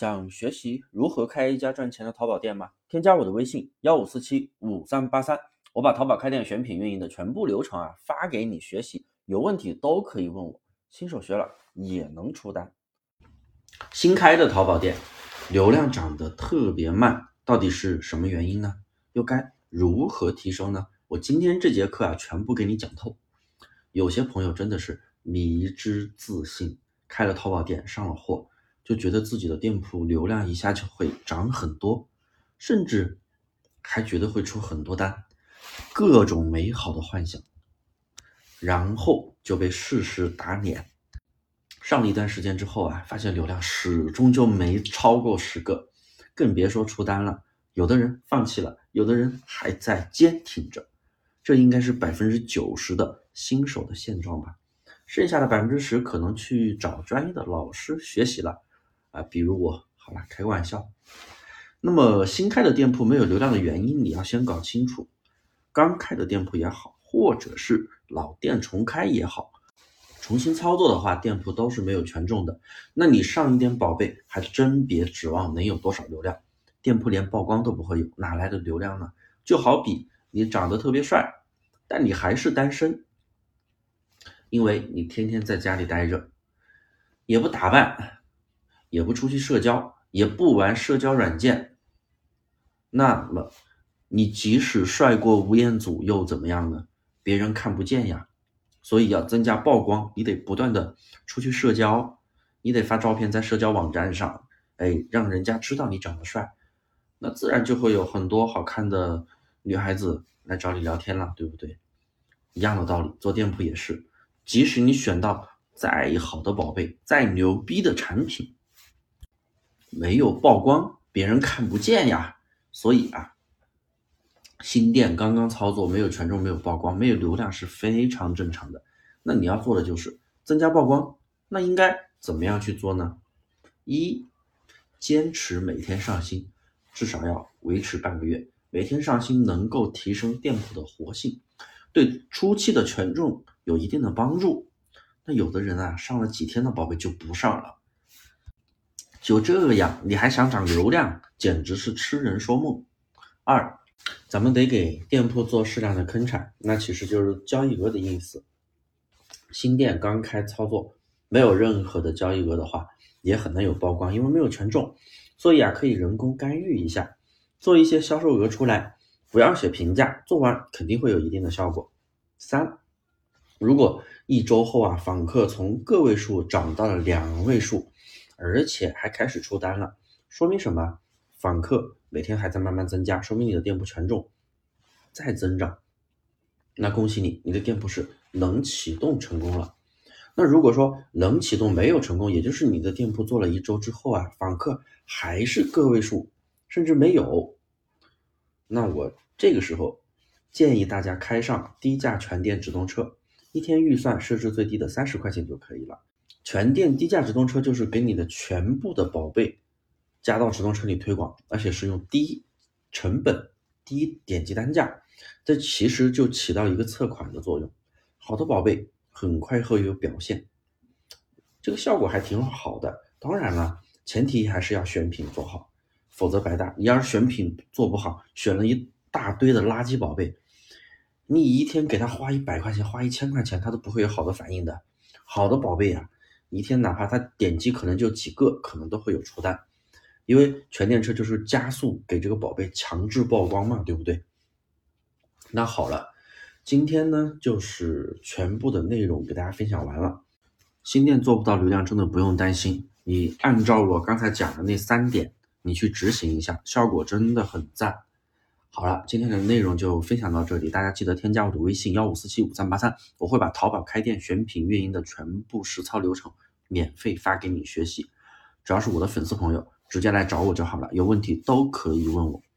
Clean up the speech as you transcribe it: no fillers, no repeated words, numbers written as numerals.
想学习如何开一家赚钱的淘宝店吗？添加我的微信15475383，我把淘宝开店选品运营的全部流程发给你学习，有问题都可以问我，新手学了也能出单。新开的淘宝店流量涨得特别慢，到底是什么原因呢？又该如何提升呢？我今天这节课全部给你讲透。有些朋友真的是迷之自信，开了淘宝店上了货，就觉得自己的店铺流量一下就会涨很多，甚至还觉得会出很多单，各种美好的幻想，然后就被事实打脸。上了一段时间之后发现流量始终就没超过10个，更别说出单了。有的人放弃了，有的人还在坚挺着，这应该是90%的新手的现状吧。剩下的10%可能去找专业的老师学习了比如我，好了，开个玩笑。那么新开的店铺没有流量的原因，你要先搞清楚。刚开的店铺也好，或者是老店重开也好，重新操作的话，店铺都是没有权重的。那你上一点宝贝，还真别指望能有多少流量。店铺连曝光都不会有，哪来的流量呢？就好比你长得特别帅，但你还是单身，因为你天天在家里待着，也不打扮，也不出去社交，也不玩社交软件，那么你即使帅过吴彦祖又怎么样呢？别人看不见呀。所以要增加曝光，你得不断的出去社交，你得发照片在社交网站上，让人家知道你长得帅，那自然就会有很多好看的女孩子来找你聊天了，对不对？一样的道理，做店铺也是，即使你选到再好的宝贝，再牛逼的产品，没有曝光，别人看不见呀。所以新店刚刚操作，没有权重，没有曝光，没有流量是非常正常的。那你要做的就是增加曝光。那应该怎么样去做呢？坚持每天上新，至少要维持半个月。每天上新能够提升店铺的活性，对初期的权重有一定的帮助。那有的人上了几天的宝贝就不上了，就这样你还想涨流量，简直是痴人说梦。咱们得给店铺做适量的坑产，那其实就是交易额的意思。新店刚开操作，没有任何的交易额的话，也很难有曝光，因为没有权重。所以可以人工干预一下，做一些销售额出来，不要写评价，做完肯定会有一定的效果。如果一周后访客从个位数涨到了2位数，而且还开始出单了，说明什么？访客每天还在慢慢增加，说明你的店铺权重在增长。那恭喜你，你的店铺是冷启动成功了。那如果说冷启动没有成功，也就是你的店铺做了1周之后访客还是个位数，甚至没有，那我这个时候建议大家开上低价全店直通车，一天预算设置最低的30块钱就可以了。全店低价直通车就是给你的全部的宝贝加到直通车里推广，而且是用低成本、低点击单价，这其实就起到一个测款的作用。好的宝贝很快会有表现，这个效果还挺好的。当然了，前提还是要选品做好，否则白搭。你要是选品做不好，选了一大堆的垃圾宝贝，你一天给他花100块钱，花1000块钱，他都不会有好的反应的。好的宝贝一天哪怕他点击可能就几个，可能都会有出单，因为全店车就是加速给这个宝贝强制曝光嘛，对不对？那好了，今天呢就是全部的内容给大家分享完了。新店做不到流量真的不用担心，你按照我刚才讲的那3点你去执行一下，效果真的很赞。好了，今天的内容就分享到这里，大家记得添加我的微信15475383，我会把淘宝开店选品运营的全部实操流程免费发给你学习。只要是我的粉丝朋友直接来找我就好了，有问题都可以问我。